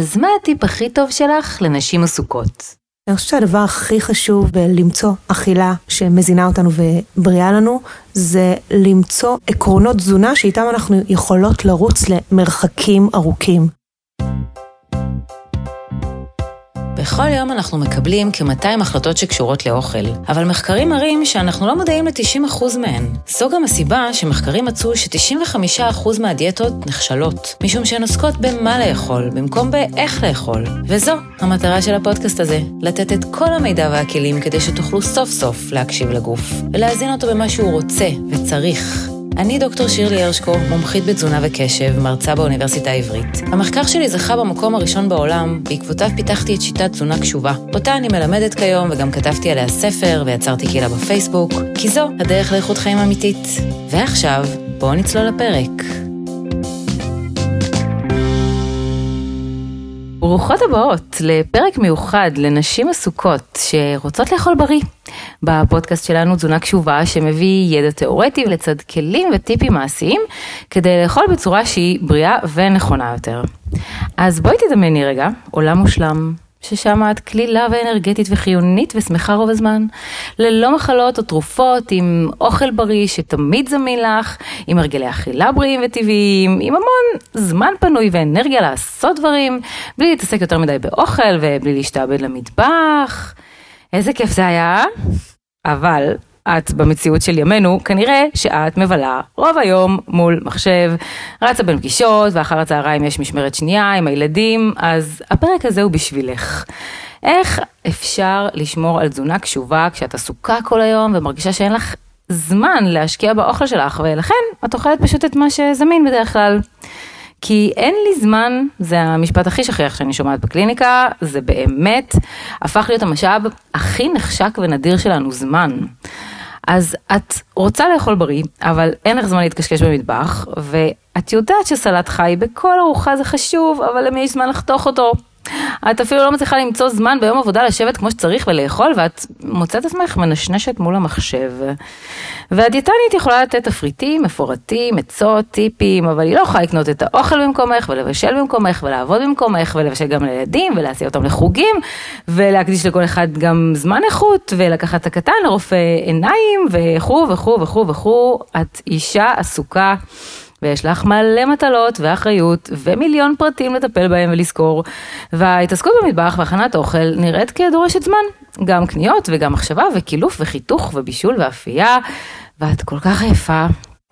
אז מה הטיפ הכי טוב שלך לנשים עסוקות? אני חושבת שהדבר הכי חשוב בלמצוא אכילה שמזינה אותנו ובריאה לנו, זה למצוא עקרונות תזונה שאיתם אנחנו יכולות לרוץ למרחקים ארוכים. בכל יום אנחנו מקבלים כ-200 החלטות שקשורות לאוכל, אבל מחקרים מראים שאנחנו לא מודעים ל-90% מהן. זו גם הסיבה שמחקרים מצאו ש-95% מהדיאטות נכשלות, משום שהן עוסקות במה לאכול, במקום באיך לאכול. וזו המטרה של הפודקאסט הזה, לתת את כל המידע והכלים כדי שתוכלו סוף סוף להקשיב לגוף, ולהזין אותו במה שהוא רוצה וצריך. אני דוקטור שירלי הרשקו, מומחית בתזונה וקשב, מרצה באוניברסיטה העברית. המחקר שלי זכה במקום הראשון בעולם, בעקבותיו פיתחתי את שיטת תזונה קשובה. אותה אני מלמדת כיום וגם כתבתי עליה ספר ויצרתי קהילה בפייסבוק, כי זו הדרך לאיכות חיים אמיתית. ועכשיו, בואו נצלול לפרק. ברוכות הבאות לפרק מיוחד לנשים עסוקות שרוצות לאכול בריא. בפודקאסט שלנו תזונה קשובה שמביא ידע תיאורטי לצד כלים וטיפים מעשיים כדי לאכול בצורה שהיא בריאה ונכונה יותר. אז בואי תדמייני רגע, עולם מושלם, ששם את כלילה ואנרגטית וחיונית ושמחה רוב הזמן, ללא מחלות או תרופות, עם אוכל בריא שתמיד זמין לך, עם הרגלי אכילה בריאים וטבעיים, עם המון זמן פנוי ואנרגיה לעשות דברים, בלי להתעסק יותר מדי באוכל ובלי להשתעבד למטבח. איזה כיף זה היה, אבל את במציאות של ימינו, כנראה שאת מבלה רוב היום מול מחשב, רצה בין פגישות, ואחר הצהריים יש משמרת שנייה עם הילדים, אז הפרק הזה הוא בשבילך. איך אפשר לשמור על תזונה קשובה כשאת עסוקה כל היום ומרגישה שאין לך זמן להשקיע באוכל שלך, ולכן את אוכלת פשוט את מה שזמין בדרך כלל. כי אין לי זמן, זה המשפט הכי שכיח שאני שומעת בקליניקה, זה באמת הפך להיות המשאב הכי נחשק ונדיר שלנו, זמן. אז את רוצה לאכול בריא, אבל אין לך זמן להתקשקש במטבח, ואת יודעת שסלט חי בכל ארוחה זה חשוב, אבל למי יש זמן לחתוך אותו? את אפילו לא מצליחה למצוא זמן ביום עבודה לשבת כמו שצריך ולאכול, ואת מוצאת עצמך מנשנשת מול המחשב. והדיאטנית יכולה לתת תפריטים, מפורטים, עצות, טיפים, אבל היא לא יכולה לקנות את האוכל במקומך, ולבשל במקומך, ולעבוד במקומך, ולבשל גם לילדים, ולהסיע אותם לחוגים, ולהקדיש לכל אחד גם זמן איכות, ולקחת את הקטן לרופא עיניים, וכו' וכו' וכו' וכו'. את אישה עסוקה, ויש לך מלא מטלות ואחריות ומיליון פרטים לטפל בהם ולזכור. וההתעסקות במטבח והכנת אוכל נראית כדורשת זמן. גם קניות וגם מחשבה וקילוף וחיתוך ובישול ואפייה. ואת כל כך יפה.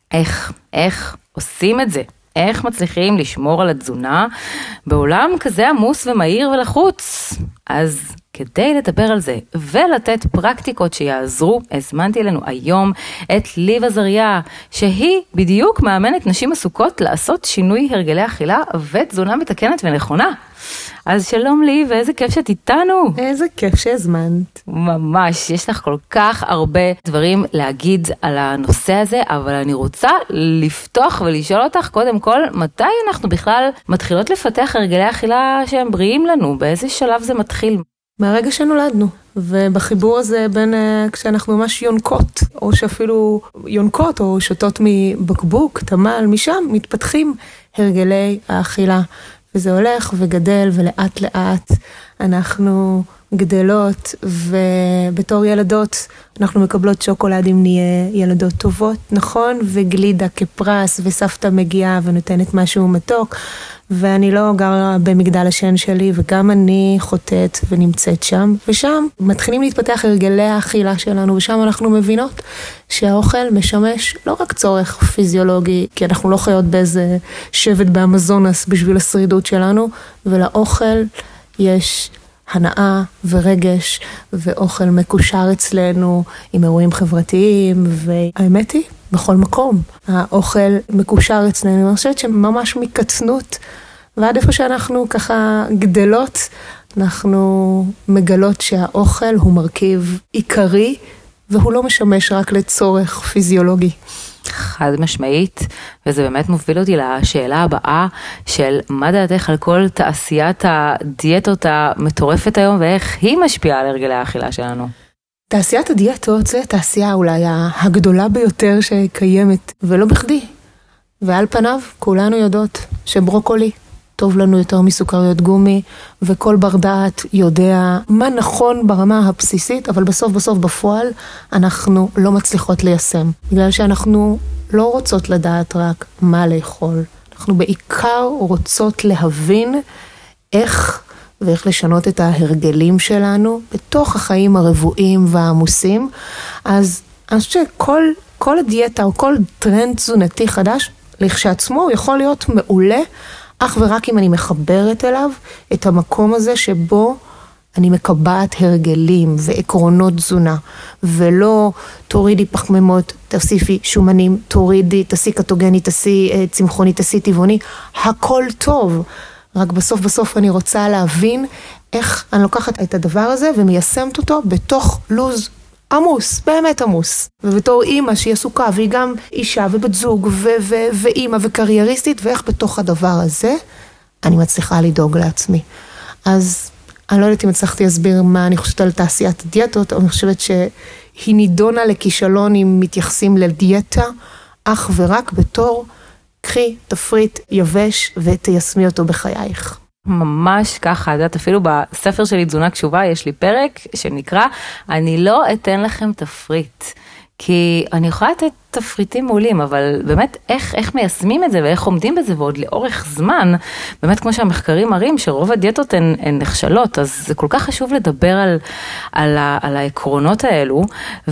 איך עושים את זה? איך מצליחים לשמור על התזונה בעולם כזה עמוס ומהיר ולחוץ? אז כדי לדבר על זה ולתת פרקטיקות שיעזרו, הזמנתי לנו היום את ליב עזריה, שהיא בדיוק מאמנת נשים עסוקות לעשות שינוי הרגלי אכילה ותזונה מתקנת ונכונה. אז שלום לי, ואיזה כיף שאת איתנו. איזה כיף שהזמנת. ממש, יש לך כל כך הרבה דברים להגיד על הנושא הזה, אבל אני רוצה לפתוח ולשאול אותך קודם כל, מתי אנחנו בכלל מתחילות לפתח הרגלי אכילה שהם בריאים לנו? באיזה שלב זה מתחיל? מהרגע שנולדנו, ובחיבור הזה בין כשאנחנו ממש יונקות, או שאפילו יונקות או שותות מבקבוק, תמל, משם מתפתחים הרגלי האכילה. וזה הולך וגדל, ולאט לאט אנחנו גדלות, ובתור ילדות אנחנו מקבלות שוקולד אם נהיה ילדות טובות, נכון? וגלידה כפרס, וסבתא מגיעה ונותנת משהו מתוק, ואני לא גרה במגדל השן שלי, וגם אני חוטאת ונמצאת שם, ושם מתחילים להתפתח הרגלי האכילה שלנו, ושם אנחנו מבינות שהאוכל משמש לא רק צורך פיזיולוגי, כי אנחנו לא חיות באיזה שבט באמזונס בשביל השרידות שלנו, ולאוכל יש הנאה ורגש, ואוכל מקושר אצלנו עם אירועים חברתיים, והאמת היא, בכל מקום. האוכל מקושר אצלנו, אני חושבת שממש מקצנות, ועד איפה שאנחנו ככה גדלות, אנחנו מגלות שהאוכל הוא מרכיב עיקרי, והוא לא משמש רק לצורך פיזיולוגי. חד משמעית, וזה באמת מוביל אותי לשאלה הבאה של מה דעתך על כל תעשיית הדיאטות המטורפת היום, ואיך היא משפיעה על הרגלי האכילה שלנו? תעשיית הדיאטות זה תעשייה אולי הגדולה ביותר שקיימת, ולא בכדי. ועל פניו כולנו יודעות שברוקולי טוב לנו יותר מסוכריות גומי, וכל בר דעת יודע מה נכון ברמה הבסיסית, אבל בסוף בפועל אנחנו לא מצליחות ליישם. בגלל שאנחנו לא רוצות לדעת רק מה לאכול. אנחנו בעיקר רוצות להבין איך לשנות את ההרגלים שלנו בתוך החיים הרבועים והעמוסים. אז אני חושבת שכל הדיאטה או כל טרנד תזונתי חדש, לכשעצמו הוא יכול להיות מעולה, אך ורק אם אני מחברת אליו את המקום הזה שבו אני מקבעת הרגלים ועקרונות תזונה, ולא תורידי פחמימות, תוסיפי שומנים, תעשי קטוגני, תעשי צמחוני, תעשי טבעוני, הכל טוב. רק בסוף אני רוצה להבין איך אני לוקחת את הדבר הזה ומיישמת אותו בתוך לוז עמוס, באמת עמוס. ובתור אימא שהיא עסוקה, והיא גם אישה ובת זוג ואימא וקרייריסטית, ואיך בתוך הדבר הזה אני מצליחה לדאוג לעצמי. אז אני לא יודעת אם הצלחתי להסביר מה אני חושבת על תעשיית הדיאטות, אבל אני חושבת שהיא נידונה לכישלון אם מתייחסים לדיאטה, אך ורק בתור קחי תפריט יבש ותיישמי אותו בחייך. ממש ככה, יודעת, אפילו בספר שלי תזונה קשובה יש לי פרק שנקרא אני לא אתן לכם תפריט, כי אני יכולה לתת תפריטים מעולים, אבל באמת איך מיישמים את זה ואיך עומדים בזה ועוד לאורך זמן, באמת כמו שהמחקרים מראים שרוב הדיאטות הן נכשלות, אז זה כל כך חשוב לדבר על העקרונות האלו,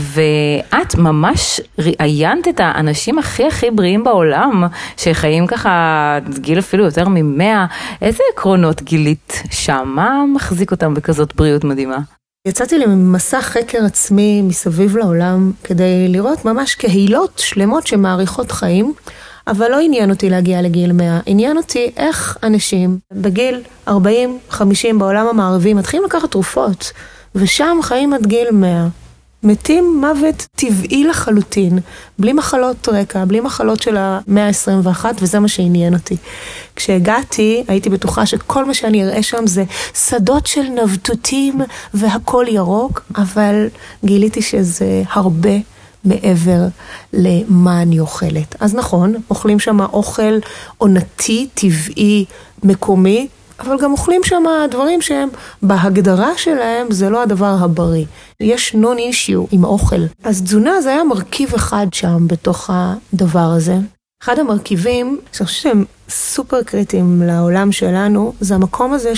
ואת ממש ראיינת את האנשים הכי בריאים בעולם, שחיים ככה גיל אפילו יותר מ100, איזה עקרונות גילית שם? מה מחזיק אותם בכזאת בריאות מדהימה? יצאתי למסע חקר עצמי מסביב לעולם, כדי לראות ממש קהילות שלמות שמעריכות חיים, אבל לא עניין אותי להגיע לגיל 100, עניין אותי איך אנשים בגיל 40-50 בעולם המערבי מתחילים לקחת תרופות, ושם חיים עד גיל 100. מתים מוות טבעי לחלוטין, בלי מחלות רקע, בלי מחלות של המאה ה-21, וזה מה שעניין אותי. כשהגעתי, הייתי בטוחה שכל מה שאני אראה שם זה שדות של נבטותים והכל ירוק, אבל גיליתי שזה הרבה מעבר למה אני אוכלת. אז נכון, אוכלים שם אוכל עונתי, טבעי, מקומי, אבל גם אוכלים שם דברים שהם בהגדרה שלהם זה לא הדבר הבריא. יש non-issue עם האוכל. אז תזונה זה היה מרכיב אחד שם בתוך הדבר הזה. אחד המרכיבים שאני חושבת שהם סופר קריטיים לעולם שלנו, זה המקום הזה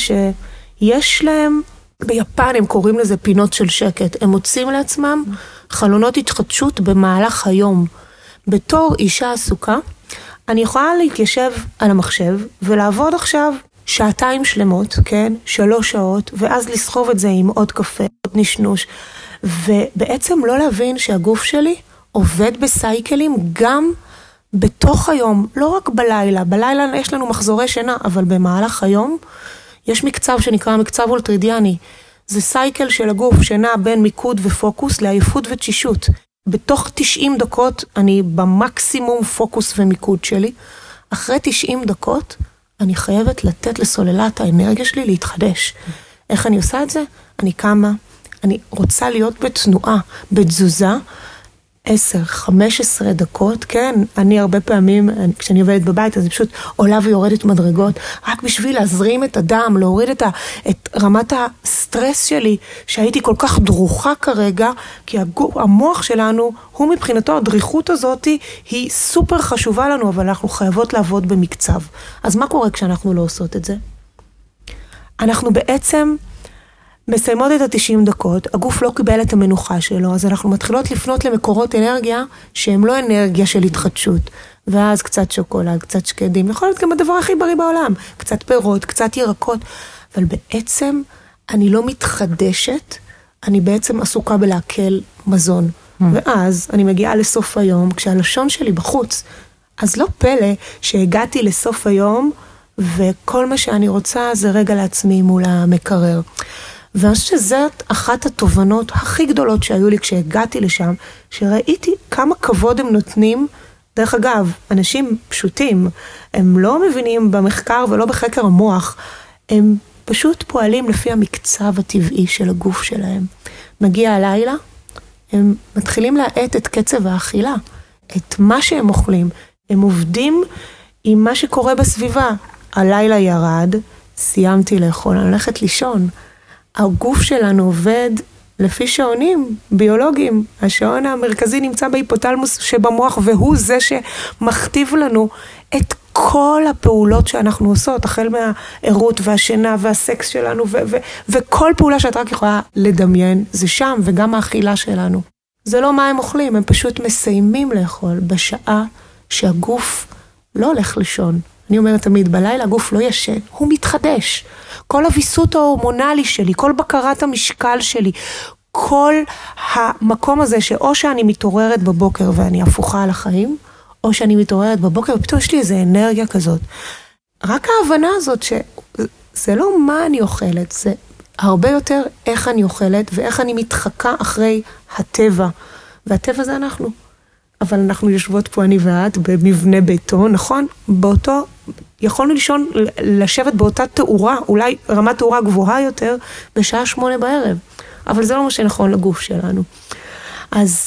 שיש להם, ביפן הם קוראים לזה פינות של שקט, הם מוצאים לעצמם חלונות התחדשות במהלך היום. בתור אישה עסוקה, אני יכולה להתיישב על המחשב ולעבוד עכשיו 2 שלמות, כן? 3 שעות, ואז לסחוב את זה עם עוד קפה, עוד נשנוש, ובעצם לא להבין שהגוף שלי עובד בסייקלים גם בתוך היום, לא רק בלילה. בלילה יש לנו מחזורי שינה, אבל במהלך היום יש מקצב שנקרא מקצב אולטרידיאני. זה סייקל של הגוף שנע בין מיקוד ופוקוס לעייפות ותשישות. בתוך 90 דקות אני במקסימום פוקוס ומיקוד שלי. אחרי 90 דקות אני חייבת לתת לסוללת האנרגיה שלי להתחדש. איך אני עושה את זה? אני קמה, אני רוצה להיות בתנועה, בתזוזה, 10-15 דקות, כן, אני הרבה פעמים, כשאני עובדת בבית, אז אני פשוט עולה ויורדת מדרגות, רק בשביל להזרים את הדם, להוריד את רמת הסטרס שלי, שהייתי כל כך דרוכה כרגע, כי המוח שלנו, הוא מבחינתו, הדריכות הזאת, היא סופר חשובה לנו, אבל אנחנו חייבות לעבוד במקצב. אז מה קורה כשאנחנו לא עושות את זה? אנחנו בעצם מסיימות את ה-90 דקות, הגוף לא קיבל את המנוחה שלו, אז אנחנו מתחילות לפנות למקורות אנרגיה, שהם לא אנרגיה של התחדשות. ואז קצת שוקולד, קצת שקדים, יכול להיות גם הדבר הכי בריא בעולם, קצת פירות, קצת ירקות, אבל בעצם אני לא מתחדשת, אני בעצם עסוקה בלהקל מזון. ואז אני מגיעה לסוף היום, כשהלשון שלי בחוץ, אז לא פלא שהגעתי לסוף היום, וכל מה שאני רוצה זה רגע לעצמי מול המקרר. ואני חושבת שזאת אחת התובנות הכי גדולות שהיו לי כשהגעתי לשם, שראיתי כמה כבוד הם נותנים. דרך אגב, אנשים פשוטים, הם לא מבינים במחקר ולא בחקר המוח, הם פשוט פועלים לפי המקצב הטבעי של הגוף שלהם. מגיע הלילה, הם מתחילים להאט את קצב האכילה, את מה שהם אוכלים. הם עובדים עם מה שקורה בסביבה. הלילה ירד, סיימתי לאכול, אני הולכת לישון. הגוף שלנו עובד לפי שעונים ביולוגיים. השעון המרכזי נמצא בהיפותלמוס שבמוח, והוא זה שמכתיב לנו את כל הפעולות שאנחנו עושות, החל מהעירות והשינה והסקס שלנו, וכל פעולה שאת רק יכולה לדמיין, זה שם, וגם האכילה שלנו. זה לא מה הם אוכלים, הם פשוט מסיימים לאכול בשעה שהגוף לא הולך לישון. אני אומרת תמיד, בלילה הגוף לא ישן, הוא מתחדש. כל הוויסות ההורמונלי שלי, כל בקרת המשקל שלי, כל המקום הזה שאו שאני מתעוררת בבוקר ואני הפוכה על החיים, או שאני מתעוררת בבוקר ופתאום יש לי איזו אנרגיה כזאת. רק ההבנה הזאת שזה לא מה אני אוכלת, זה הרבה יותר איך אני אוכלת ואיך אני מתחקה אחרי הטבע. והטבע זה אנחנו. אבל אנחנו יושבות פה אני ואת במבנה בטון, נכון? יכולנו לשבת באותה תאורה, אולי רמת תאורה גבוהה יותר, בשעה 8 בערב. אבל זה לא מה שנכון לגוף שלנו. אז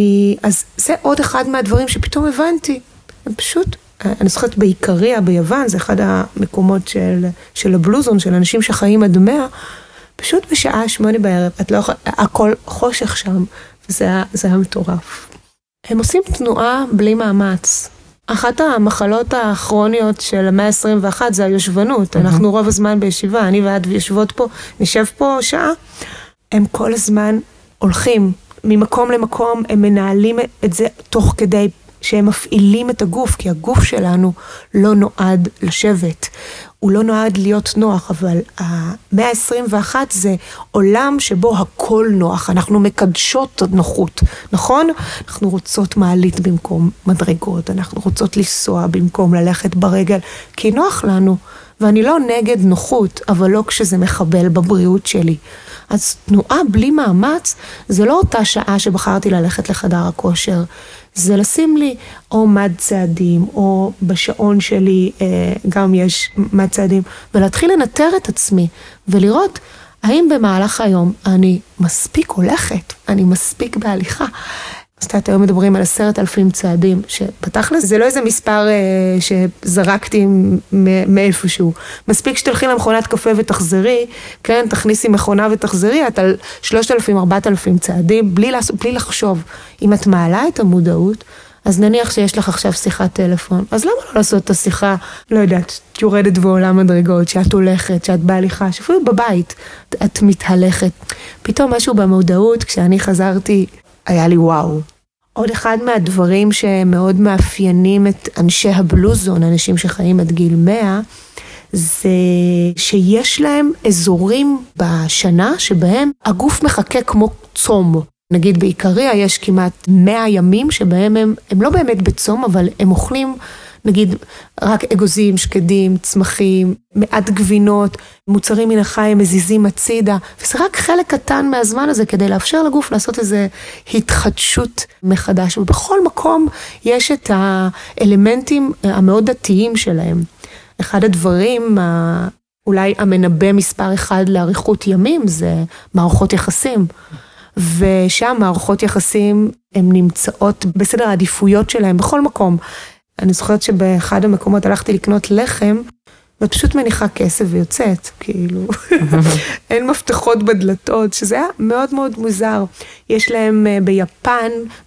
זה עוד אחד מהדברים שפתאום הבנתי. הם פשוט, אני זוכרת בעיקריה ביוון, זה אחד המקומות של הבלוזון, של אנשים שחיים עד 100, פשוט בשעה 8 בערב, את לא יכולה, הכל חושך שם, וזה היה מטורף. הם עושים תנועה בלי מאמץ. אחת המחלות הכרוניות של המאה ה-21 זה היושבנות. אנחנו רוב הזמן בישיבה, אני ואת יושבות פה, נשב פה שעה. הם כל הזמן הולכים ממקום למקום, הם מנהלים את זה תוך כדי שהם מפעילים את הגוף, כי הגוף שלנו לא נועד לשבת. הוא לא נועד להיות נוח, אבל המאה ה-21 זה עולם שבו הכל נוח. אנחנו מקדשות נוחות, נכון? אנחנו רוצות מעלית במקום מדרגות, אנחנו רוצות לנסוע במקום ללכת ברגל, כי נוח לנו. ואני לא נגד נוחות, אבל לא כשזה מחבל בבריאות שלי. אז תנועה בלי מאמץ, זה לא אותה שעה שבחרתי ללכת לחדר הכושר. זה לשים לי או מד צעדים, או בשעון שלי גם יש מד צעדים, ולהתחיל לנטר את עצמי, ולראות האם במהלך היום אני מספיק הולכת, אני מספיק בהליכה. אז היום מדברים על 10,000 צעדים, שבתכלס זה לא איזה מספר שזרקתי מאיפשהו. מספיק שתלכי למכונת קפה ותחזרי, כן, תכניסי מכונה ותחזרי, את על 3,000-4,000 צעדים, בלי לחשוב. אם את מעלה את המודעות, אז נניח שיש לך עכשיו שיחת טלפון, אז למה לא לעשות את השיחה, לא יודעת, יורדת בעולם מדרגות, שאת הולכת, שאת בהליכה, שאפילו בבית, את מתהלכת. פתאום משהו במודעות, כשאני חזרתי, היה לי וואו. עוד אחד מהדברים שמאוד מאפיינים את אנשי הבלוזון, אנשים שחיים עד גיל 100, זה שיש להם אזורים בשנה שבהם הגוף מחכה כמו צום. נגיד בעיקריה יש כמעט 100 ימים שבהם הם לא באמת בצום, אבל הם אוכלים נגיד רק אגוזים, שקדים, צמחים, מעט גבינות, מוצרים מן החי, מזיזים הצידה, וזה רק חלק קטן מהזמן הזה כדי לאפשר לגוף לעשות איזו התחדשות מחדש, ובכל מקום יש את האלמנטים המאוד דתיים שלהם. אחד הדברים, אולי המנבא מספר 1 לאריכות ימים, זה מערכות יחסים. ושם מערכות יחסים הן נמצאות בסדר העדיפויות שלהם בכל מקום. אני זוכרת שבאחד המקומות הלכתי לקנות לחם, ופשוט מניחה כסף ויוצאת, כאילו, אין מפתחות בדלתות, שזה היה מאוד מאוד מוזר. יש להם ביפן,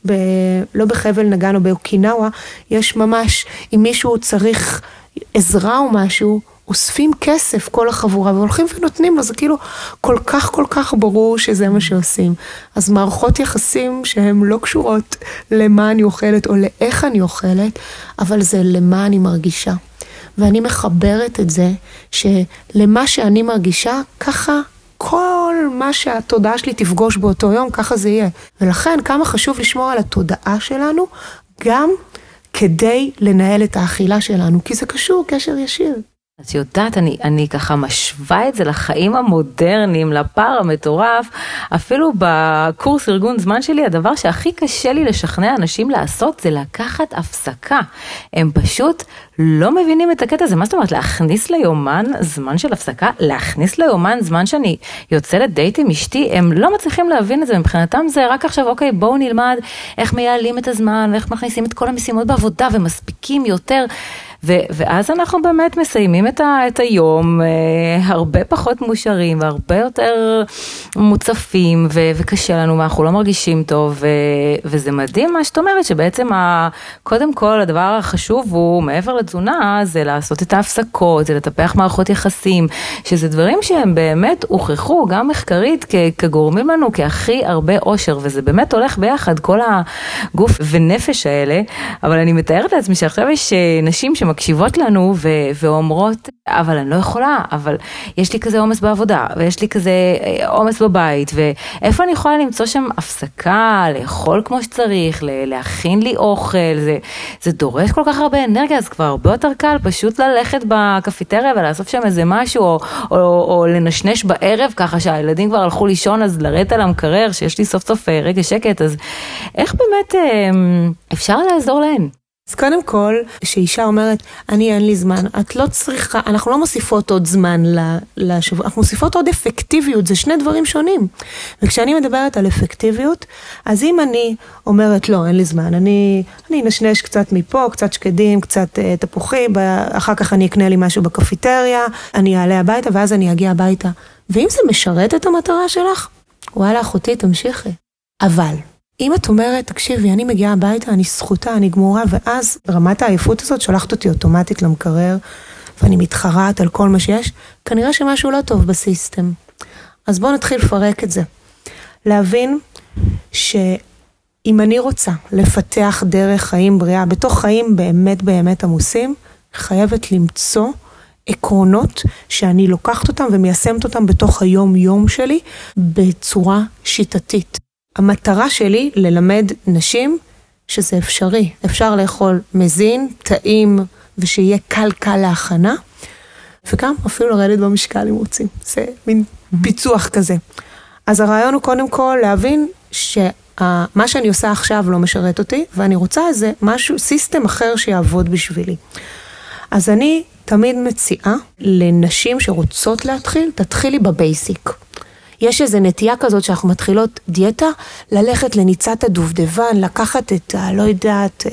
לא בחבל נגן או באוקינאווה, יש ממש, אם מישהו צריך עזרה או משהו, אוספים כסף כל החבורה, והולכים ונותנים לו, זה כאילו כל כך ברור שזה מה שעושים. אז מערכות יחסים שהן לא קשורות למה אני אוכלת או לאיך אני אוכלת, אבל זה למה אני מרגישה. ואני מחברת את זה שלמה שאני מרגישה, ככה כל מה שהתודעה שלי תפגוש באותו יום, ככה זה יהיה. ולכן כמה חשוב לשמור על התודעה שלנו, גם כדי לנהל את האכילה שלנו, כי זה קשור קשר ישיר. את יודעת, אני ככה משווה את זה לחיים המודרניים, לפער המטורף, אפילו בקורס ארגון זמן שלי, הדבר שהכי קשה לי לשכנע אנשים לעשות, זה לקחת הפסקה. הם פשוט לא מבינים את הקטע הזה. מה זאת אומרת? להכניס ליומן זמן של הפסקה, להכניס ליומן זמן שאני יוצא לדייט עם אשתי, הם לא מצליחים להבין את זה, מבחינתם זה רק עכשיו, אוקיי, בואו נלמד איך מייעלים את הזמן, ואיך מכניסים את כל המשימות בעבודה, ומספיקים יותר, ואז אנחנו באמת מסיימים את היום הרבה פחות מאושרים והרבה יותר מוצפים וקשה לנו ואנחנו לא מרגישים טוב וזה מדהים מה שאת אומרת שבעצם קודם כל הדבר החשוב הוא מעבר לתזונה זה לעשות את ההפסקות, זה לטפח מערכות יחסים, שזה דברים שהם באמת הוכחו גם מחקרית כגורמים לנו כהכי הרבה אושר וזה באמת הולך ביחד כל הגוף ונפש האלה, אבל אני מתארת לעצמי שעכשיו יש נשים שמקשיבות לנו ואומרות, אבל אני לא יכולה, אבל יש לי כזה עומס בעבודה, ויש לי כזה עומס בבית, ואיפה אני יכולה למצוא שם הפסקה, לאכול כמו שצריך, להכין לי אוכל, זה דורש כל כך הרבה אנרגיה, אז כבר הרבה יותר קל פשוט ללכת בקפיטריה ולאסוף שם איזה משהו, או לנשנש בערב, ככה שהילדים כבר הלכו לישון, אז לרדת על המקרר, שיש לי סוף סוף רגע שקט, אז איך באמת אפשר לעזור להן? אז קודם כל, שאישה אומרת, אין לי זמן, את לא צריכה, אנחנו לא מוסיפות עוד זמן לשבוע, אנחנו מוסיפות עוד אפקטיביות, זה שני דברים שונים. וכשאני מדברת על אפקטיביות, אז אם אני אומרת, לא, אין לי זמן, אני נשנש קצת מפה, קצת שקדים, קצת תפוחים, אחר כך אני אקנה לי משהו בקפיטריה, אני אעלה הביתה, ואז אני אגיע הביתה. ואם זה משרת את המטרה שלך, וואלה, אחותי, תמשיכי. אבל אם את אומרת, תקשיבי, אני מגיעה הביתה, אני זכותה, אני גמורה, ואז רמת העייפות הזאת שולחת אותי אוטומטית למקרר, ואני מתחרט על כל מה שיש, כנראה שמשהו לא טוב בסיסטם. אז בואו נתחיל לפרק את זה. להבין שאם אני רוצה לפתח דרך חיים בריאה, בתוך חיים באמת באמת עמוסים, חייבת למצוא עקרונות שאני לוקחת אותם ומיישמת אותם בתוך היום-יום שלי, בצורה שיטתית. המטרה שלי ללמד נשים שזה אפשרי. אפשר לאכול מזין, טעים, ושיהיה קל להכנה, וגם אפילו לרדת במשקל אם רוצים. זה מין פיצוח כזה. אז הרעיון הוא קודם כל להבין שמה שאני עושה עכשיו לא משרת אותי, ואני רוצה איזה משהו, סיסטם אחר שיעבוד בשבילי. אז אני תמיד מציעה לנשים שרוצות להתחיל, תתחילי בבייסיק. יש איזו נטייה כזאת שאנחנו מתחילות דיאטה, ללכת לניצת הדובדבן, לקחת את לא יודעת,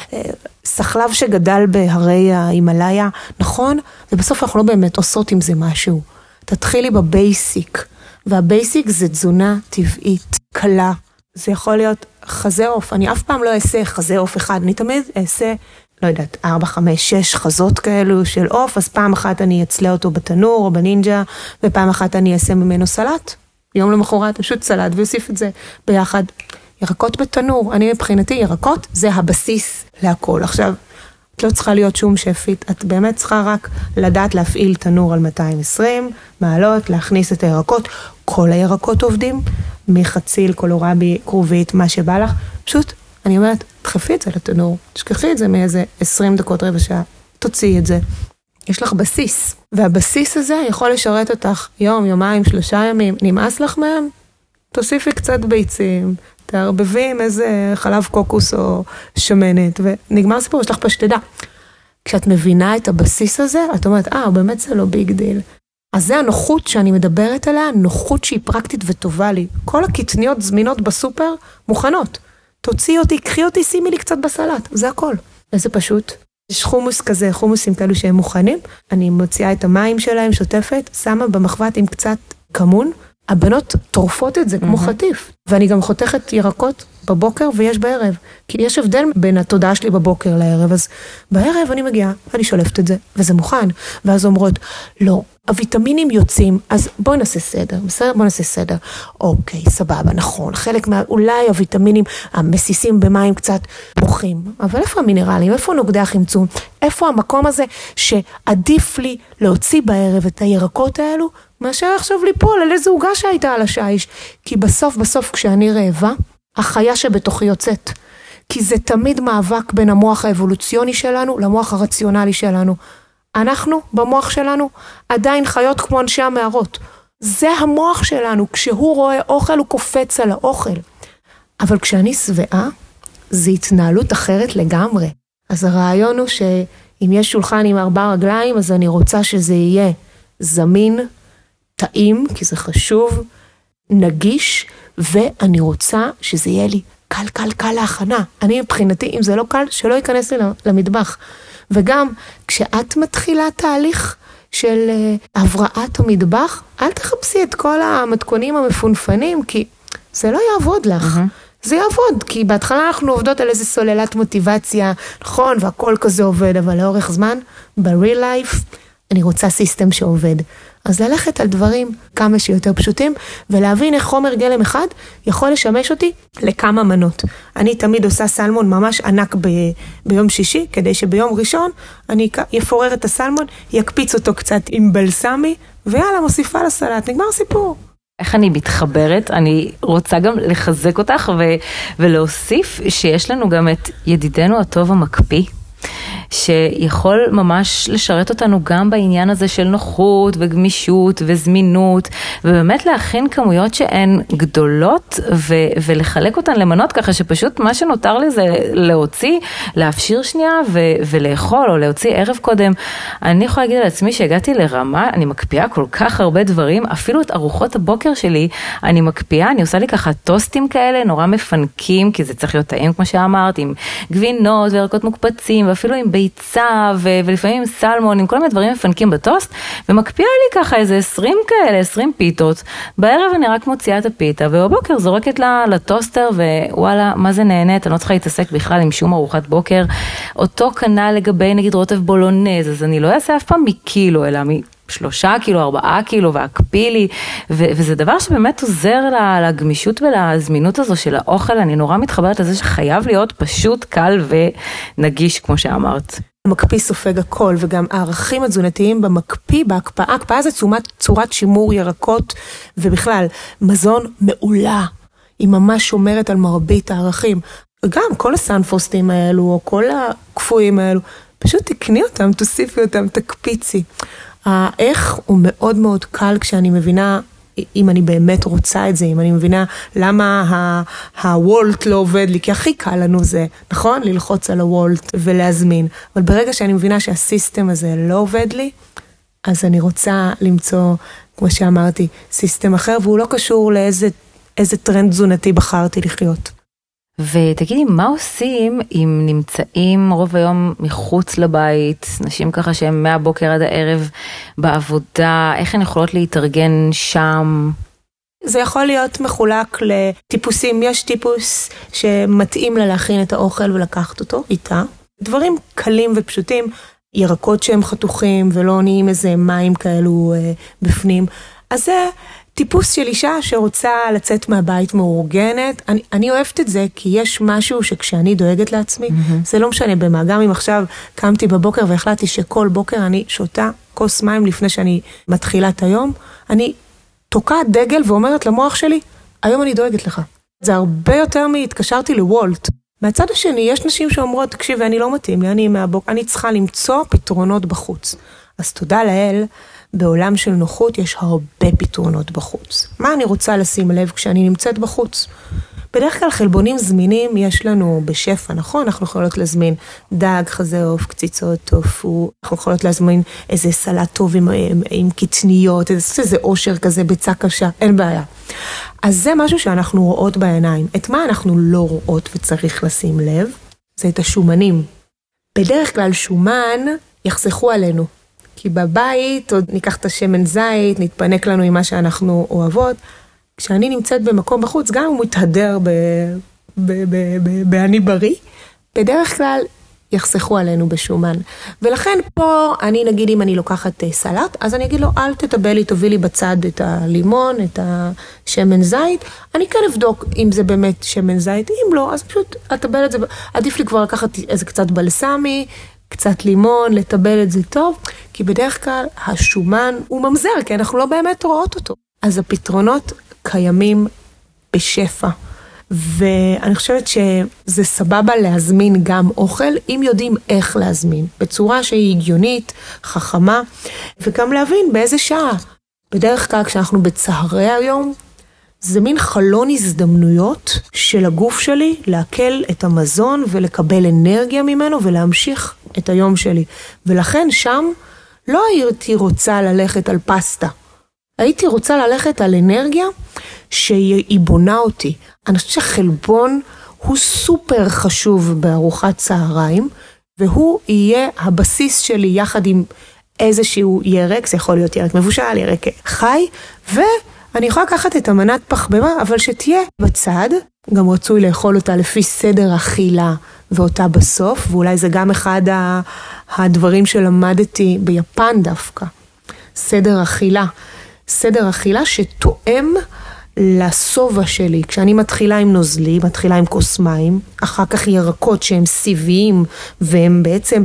סחלב שגדל בהרי ההימלאיה, נכון? ובסוף אנחנו לא באמת עושות עם זה משהו. תתחילי בבייסיק, והבייסיק זה תזונה טבעית, קלה. זה יכול להיות חזה עוף, אני אף פעם לא אעשה חזה עוף אחד, אני תמיד אעשה, לא יודעת, 4, 5, 6 חזות כאלו של עוף, אז פעם אחת אני אצלה אותו בתנור או בנינג'ה, ופעם אחת אני אעשה ממנו סלט. יום למחרת, פשוט סלט, ויוסיף את זה ביחד. ירקות בתנור, אני מבחינתי ירקות, זה הבסיס להכל. עכשיו, את לא צריכה להיות שום שפית, את באמת צריכה רק לדעת להפעיל תנור על 220 מעלות, להכניס את הירקות, כל הירקות עובדים, מחציל, קולורבי, כרובית, מה שבא לך, פשוט, אני אומרת, תחפי את זה לתנור, תשכחי את זה מאיזה 20 דקות, רבע שעה, תוציאי את זה. יש לך בסיס, והבסיס הזה יכול לשרת אותך יום, יומיים, 3 ימים, נמאס לך מהם? תוסיפי קצת ביצים, תערבבי עם איזה חלב קוקוס או שמנת, ונגמר סיפור, יש לך פשטדה. כשאת מבינה את הבסיס הזה, את אומרת, באמת זה לא ביג דיל. אז זה הנוחות שאני מדברת עליה, נוחות שהיא פרקטית וטובה לי. כל הקטניות זמינות בסופר מוכנות. תוציאי אותי, קחי אותי, שימי לי קצת בסלט, זה הכל. וזה פשוט. יש חומוס כזה, חומוסים כאלו שהם מוכנים, אני מוציאה את המים שלהם, שוטפת, שמה במחבת עם קצת כמון, הבנות טורפות את זה כמו חטיף, ואני גם חותכת ירקות בבוקר ויש בערב, כי יש הבדל בין התודעה שלי בבוקר לערב, אז בערב אני מגיעה, אני שולפת את זה, וזה מוכן, ואז אומרות, לא, הוויטמינים יוצאים, אז בואי נעשה סדר, בסדר? בואי נעשה סדר. אוקיי, סבבה, נכון, חלק אולי הוויטמינים המסיסים במים קצת מוחים, אבל איפה המינרלים? איפה נוגדי החמצון? איפה המקום הזה שעדיף לי להוציא בערב את הירקות האלו, מאשר עכשיו ליפול על איזה עוגה שהייתה על השיש, כי בסוף כשאני רעבה, החיה שבתוכי יוצאת, כי זה תמיד מאבק בין המוח האבולוציוני שלנו למוח הרציונלי שלנו. אנחנו, במוח שלנו, עדיין חיות כמו אנשי המערות. זה המוח שלנו, כשהוא רואה אוכל הוא קופץ על האוכל. אבל כשאני שבעה, זה התנהלות אחרת לגמרי. אז הרעיון הוא שאם יש שולחן עם 4 רגליים, אז אני רוצה שזה יהיה זמין, טעים, כי זה חשוב, נגיש, ואני רוצה שזה יהיה לי קל להכנה. אני מבחינתי, אם זה לא קל, שלא ייכנס לי למטבח. וגם כשאת מתחילה תהליך של הבראת המטבח, אל תחפשי את כל המתכונים המפונפנים, כי זה לא יעבוד לך. זה יעבוד, כי בהתחלה אנחנו עובדות על איזה סוללת מוטיבציה, נכון, והכל כזה עובד, אבל לאורך זמן, ב-real life, אני רוצה סיסטם שעובד. אז ללכת על דברים כמה שיותר פשוטים, ולהבין איך חומר גלם אחד יכול לשמש אותי לכמה מנות. אני תמיד עושה סלמון ממש ענק ביום שישי, כדי שביום ראשון אני יפורר את הסלמון, יקפיץ אותו קצת עם בלסמי, ויאללה, מוסיפה לסלט, נגמר סיפור. איך אני מתחברת, אני רוצה גם לחזק אותך ולהוסיף שיש לנו גם את ידידנו הטוב המקפיא, שיכול ממש לשרת אותנו גם בעניין הזה של נוחות וגמישות וזמינות, ובאמת להכין כמויות שהן גדולות ולחלק אותן למנות, ככה שפשוט מה שנותר לי זה להוציא, להפשיר שנייה ולאכול או להוציא ערב קודם. אני יכולה להגיד על עצמי שהגעתי לרמה, אני מקפיאה כל כך הרבה דברים, אפילו את ארוחות הבוקר שלי אני מקפיאה, אני עושה לי ככה טוסטים כאלה נורא מפנקים, כי זה צריך להיות טעים כמו שאמרת, עם גבינות וירקות מוקפצים, ואפילו עם ביצה ולפעמים עם סלמון, עם כל מיני דברים מפנקים בטוסט, ומקפיאה לי ככה איזה 20 כאלה, 20 פיתות. בערב אני רק מוציאה את הפיתה, ובבוקר זורקת לה לטוסטר, ווואלה, מה זה נהנית, אני לא צריכה להתעסק בכלל עם שום ארוחת בוקר. אותו כנ"ל לגבי נגיד רוטב בולונז, אז אני לא אעשה אף פעם מקילו, אלא 3 קילו, 4 קילו, והקפיא לי, וזה דבר שבאמת עוזר לגמישות ולזמינות הזו של האוכל. אני נורא מתחברת לזה שחייב להיות פשוט, קל ונגיש, כמו שאמרת. המקפיא סופג הכל, וגם הערכים התזונתיים במקפיא, בהקפאה, הקפאה זה צורת שימור ירקות, ובכלל, מזון מעולה, היא ממש שומרת על מרבית הערכים. וגם כל הסנפוסטים האלו, או כל הקפואים האלו, פשוט תקני אותם, תוסיפי אותם, תקפיצי. האיך הוא מאוד מאוד קל כשאני מבינה, אם אני באמת רוצה את זה, אם אני מבינה למה הוולט לא עובד לי, כי הכי קל לנו זה, נכון? ללחוץ על הוולט ולהזמין. אבל ברגע שאני מבינה שהסיסטם הזה לא עובד לי, אז אני רוצה למצוא, כמו שאמרתי, סיסטם אחר, והוא לא קשור לאיזה טרנד תזונתי בחרתי לחיות. ותגידי, מה עושים אם נמצאים רוב היום מחוץ לבית, נשים ככה שהם מהבוקר עד הערב בעבודה, איך הן יכולות להתארגן שם? זה יכול להיות מחולק לטיפוסים, יש טיפוס שמתאים לה להכין את האוכל ולקחת אותו איתה. דברים קלים ופשוטים, ירקות שהם חתוכים ולא נהיים איזה מים כאלו בפנים. אז זה טיפוס של אישה שרוצה לצאת מהבית מאורגנת. אני אוהבת את זה כי יש משהו שכשאני דואגת לעצמי, זה לא משנה במה. גם אם עכשיו קמתי בבוקר והחלטתי שכל בוקר אני שותה כוס מים לפני שאני מתחילה את היום, אני תוקעת דגל ואומרת למוח שלי, היום אני דואגת לך. זה הרבה יותר מהתקשרתי לוולט. מהצד השני, יש נשים שאומרות, תקשיבי, אני לא מתאים לי, אני צריכה למצוא פתרונות בחוץ. אז תודה לאל, בעולם של נוחות יש הרבה פתרונות בחוץ. מה אני רוצה לשים לב כשאני נמצאת בחוץ? בדרך כלל חלבונים זמינים יש לנו בשפע, נכון? אנחנו יכולות להזמין דג, חזה עוף, קציצות, טופו, אנחנו יכולות להזמין איזה סלט טוב עם קטניות, איזה אושר כזה, ביצה קשה, אין בעיה. אז זה משהו שאנחנו רואות בעיניים. את מה אנחנו לא רואות וצריך לשים לב? זה את השומנים. בדרך כלל שומן יחסכו עלינו. כי בבית עוד ניקח את השמן זית, נתפנק לנו עם מה שאנחנו אוהבות. כשאני נמצאת במקום בחוץ, גם הוא מתהדר בעני בריא, בדרך כלל יחסכו עלינו בשומן. ולכן פה, אני נגיד אם אני לוקחת סלט, אז אני אגיד לו, אל תטבל לי, תוביל לי בצד את הלימון, את השמן זית. אני כן אבדוק אם זה באמת שמן זית, אם לא, אז פשוט אטבל את זה. עדיף לי כבר לקחת איזה קצת בלסמי, קצת לימון, לטבל את זה טוב, כי בדרך כלל השומן הוא ממזר, כי אנחנו לא באמת רואות אותו. אז הפתרונות קיימים בשפע, ואני חושבת שזה סבבה להזמין גם אוכל, אם יודעים איך להזמין, בצורה שהיא הגיונית, חכמה, וגם להבין באיזה שעה. בדרך כלל כשאנחנו בצהרי היום, זה מין חלון הזדמנויות של הגוף שלי להקל את המזון ולקבל אנרגיה ממנו ולהמשיך את היום שלי. ולכן שם לא הייתי רוצה ללכת על פסטה. הייתי רוצה ללכת על אנרגיה שהיא בונה אותי. אני חושבת שחלבון הוא סופר חשוב בארוחת צהריים, והוא יהיה הבסיס שלי יחד עם איזשהו ירק, זה יכול להיות ירק מבושל, ירק חי, ואני יכולה לקחת את המנת פחמימה, אבל שתהיה בצד, גם רצוי לאכול אותה לפי סדר אכילה, ואותה בסוף, ואולי זה גם אחד הדברים שלמדתי ביפן דווקא, סדר אכילה שתואם לסובה שלי. כשאני מתחילה עם נוזלי, מתחילה עם כוס מים, אחר כך ירקות שהם סיביים, והם בעצם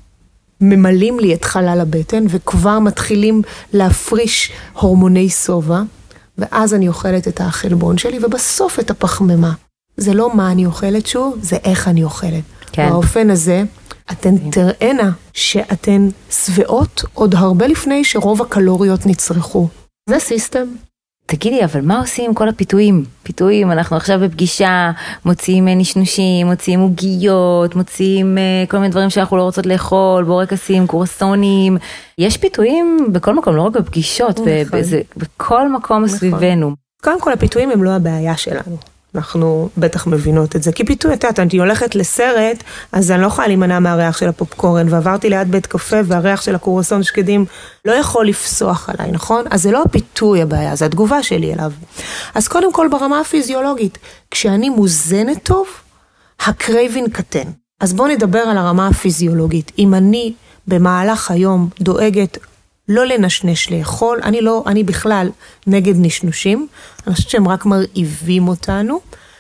ממלאים לי את חלל הבטן, וכבר מתחילים להפריש הורמוני סובה, ואז אני אוכלת את החלבון שלי, ובסוף את הפחמימה. זה לא מה אני אוכלת שוב, זה איך אני אוכלת. כן. באופן הזה, אתן תראינה שאתן שבעות עוד הרבה לפני שרוב הקלוריות נצרכו. זה סיסטם. תגידי, אבל מה עושים עם כל הפיתויים? פיתויים, אנחנו עכשיו בפגישה, מוציאים נשנושים, מוציאים עוגיות, מוציאים כל מיני דברים שאנחנו לא רוצות לאכול, בורקסים, קורסונים. יש פיתויים בכל מקום, לא רק בפגישות, בכל מקום סביבנו. קודם כל, הפיתויים הם לא הבעיה שלנו. אנחנו בטח מבינות את זה. כי פיתוי, אני הולכת לסרט, אז אני לא יכולה להימנע מהריח של הפופקורן, ועברתי ליד בית קפה, והריח של הקורסון שקדים לא יכול לפסוח עליי, נכון? אז זה לא הפיתוי הבעיה, זה התגובה שלי אליו. אז קודם כל ברמה הפיזיולוגית, כשאני מוזנת טוב, הקרייבין קטן. אז בואו נדבר על הרמה הפיזיולוגית. אם אני במהלך היום דואגת לא לנשנש לאכול, אני בכלל נגד נשנושים, אני חושבת שהם רק מרעיבים אותנו,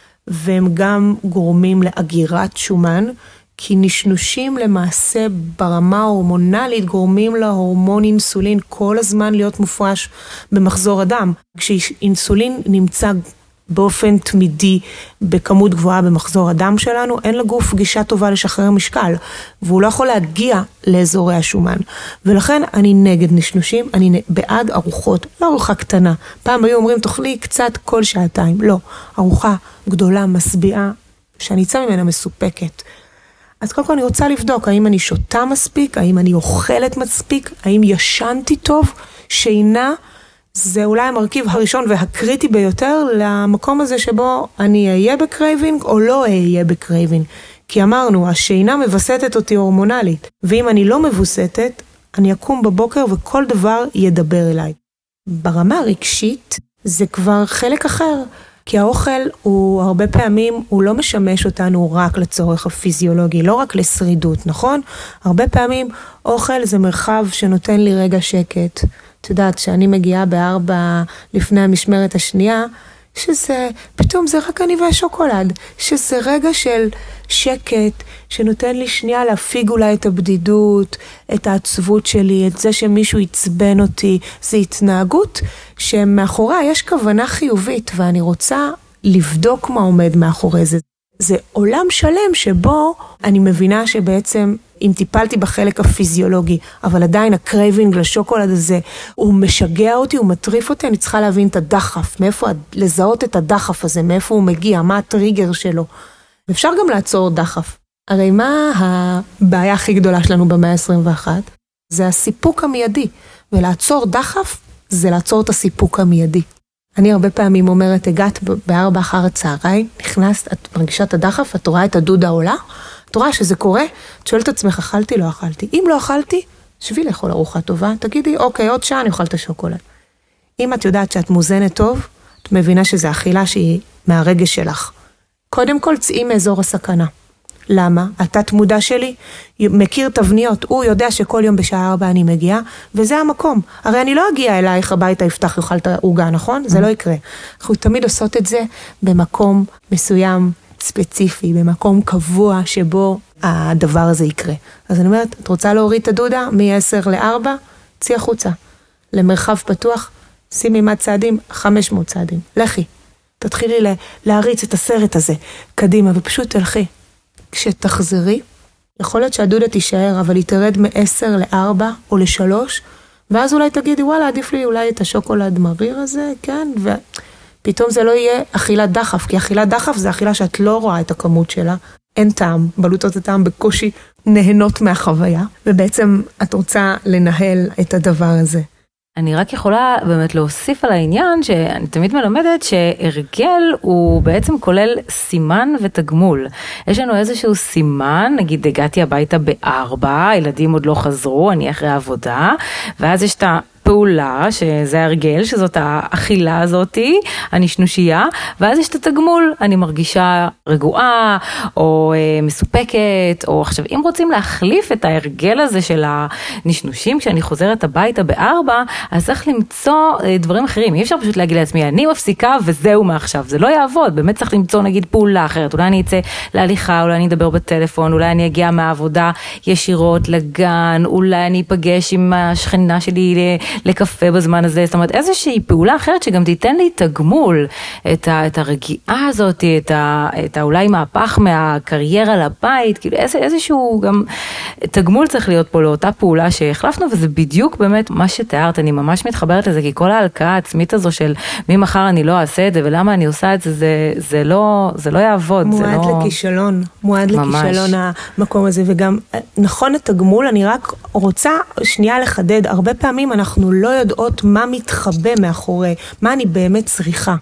והם גם גורמים לאגירת שומן, כי נשנושים למעשה ברמה ההורמונלית גורמים להורמון אינסולין כל הזמן להיות מופרש במחזור הדם. כשאינסולין נמצא באופן תמידי בכמות גבוהה במחזור הדם שלנו, אין לגוף גישה טובה לשחרר משקל, והוא לא יכול להגיע לאזורי השומן. ולכן אני נגד נשנושים, אני בעד ארוחות, לא ארוחה קטנה. פעם היו אומרים, תאכלי קצת כל שעתיים. לא, ארוחה גדולה, משביעה, שאני אצא ממנה מסופקת. אז קודם כל אני רוצה לבדוק, האם אני שותה מספיק, האם אני אוכלת מספיק, האם ישנתי טוב, שינה, זה אולי המרכיב הראשון והקריטי ביותר למקום הזה שבו אני אהיה בקרייבינג או לא אהיה בקרייבינג. כי אמרנו, השינה מבסטת אותי הורמונלית, ואם אני לא מבוסתת, אני אקום בבוקר וכל דבר ידבר אליי. ברמה הרגשית זה כבר חלק אחר, כי האוכל הוא הרבה פעמים, הוא לא משמש אותנו רק לצורך הפיזיולוגי, לא רק לשרידות, נכון? הרבה פעמים אוכל זה מרחב שנותן לי רגע שקט. את יודעת, שאני מגיעה ב4 לפני המשמרת השנייה, שזה, פתאום זה רק אני והשוקולד, שזה רגע של שקט, שנותן לי שנייה להפיג אולי את הבדידות, את העצבות שלי, את זה שמישהו יצבן אותי, זה התנהגות שמאחוריה יש כוונה חיובית, ואני רוצה לבדוק מה עומד מאחורי זה. זה עולם שלם שבו אני מבינה שבעצם אם טיפלתי בחלק הפיזיולוגי, אבל עדיין הקרייבינג לשוקולד הזה, הוא משגע אותי, הוא מטריף אותי, אני צריכה להבין את הדחף, מאיפה לזהות את הדחף הזה, מאיפה הוא מגיע, מה הטריגר שלו. ואפשר גם לעצור דחף. הרי מה הבעיה הכי גדולה שלנו במאה ה-21? זה הסיפוק המיידי, ולעצור דחף זה לעצור את הסיפוק המיידי. אני הרבה פעמים אומרת, הגעת ב4 אחר הצהריים, נכנסת, את מרגישה את הדחף, את רואה את הדודה עולה, את רואה שזה קורה, את שואלת את עצמך, אכלתי, לא אכלתי. אם לא אכלתי, שבי לאכול ארוחה טובה, תגידי, אוקיי, עוד שעה אני אוכל את השוקולד. אם את יודעת שאת מוזנת טוב, את מבינה שזה אכילה שהיא מהרגש שלך. קודם כל, צאי מאזור הסכנה. למה? התת מודע שלי מכיר תבניות, הוא יודע שכל יום בשעה 4 אני מגיעה, וזה המקום. הרי אני לא אגיע אלייך הביתה, יפתח יאכל את העוגה, נכון? זה לא יקרה. אנחנו תמיד עושות את זה במקום מסוים, ספציפי, במקום קבוע שבו הדבר הזה יקרה. אז אני אומרת, את רוצה להוריד את הדודה מ-10 ל-4? צאי החוצה. למרחב פתוח, שימי מה צעדים, 500 צעדים. לכי. תתחילי להריץ את הסרט הזה קדימה, ופשוט תלכי. כשתחזרי, יכול להיות שהדודה תישאר, אבל היא תרד מ-10 ל-4 או ל-3, ואז אולי תגידי, וואלה, עדיף לי אולי את השוקולד מריר הזה, כן? ופתאום זה לא יהיה אכילת דחף, כי אכילת דחף זה אכילה שאת לא רואה את הכמות שלה, אין טעם, בלוטות הטעם בקושי נהנות מהחוויה, ובעצם את רוצה לנהל את הדבר הזה. אני רק יכולה באמת להוסיף על העניין שאני תמיד מלמדת שהרגל הוא בעצם כולל סימן ותגמול. יש לנו איזשהו סימן, נגיד הגעתי הביתה ב-4, הילדים עוד לא חזרו, אני אחרי העבודה, ואז יש את פעולה, שזה הרגל, שזאת האכילה הזאת, הנשנושייה, ואז יש את התגמול, אני מרגישה רגועה, או מסופקת, או עכשיו, אם רוצים להחליף את ההרגל הזה של הנשנושים, כשאני חוזרת הביתה ב-4, אז צריך למצוא דברים אחרים, אי אפשר פשוט להגיד לעצמי, אני מפסיקה וזהו מעכשיו, זה לא יעבוד, באמת צריך למצוא נגיד פעולה אחרת, אולי אני אצא להליכה, אולי אני אדבר בטלפון, אולי אני אגיע מהעבודה ישירות לגן, אולי אני אפגש עם השכנה שלי לקפה בזמן הזה, זאת אומרת איזושהי פעולה אחרת שגם תיתן לי תגמול, את הרגיעה הזאת, את אולי מהפך מהקריירה לבית, כאילו איזשהו גם תגמול צריך להיות פה לאותה פעולה שהחלפנו, וזה בדיוק באמת מה שתיארת, אני ממש מתחברת לזה, כי כל ההלקאה העצמית הזו של מי מחר אני לא אעשה את זה, ולמה אני עושה את זה, זה לא יעבוד. מועד לכישלון, מועד לכישלון המקום הזה, וגם נכון התגמול, אני רק רוצה שנייה לחדד, הרבה פעמים אנחנו לא יודעות מה מתחבא מאחורי, מה אני באמת צריכה.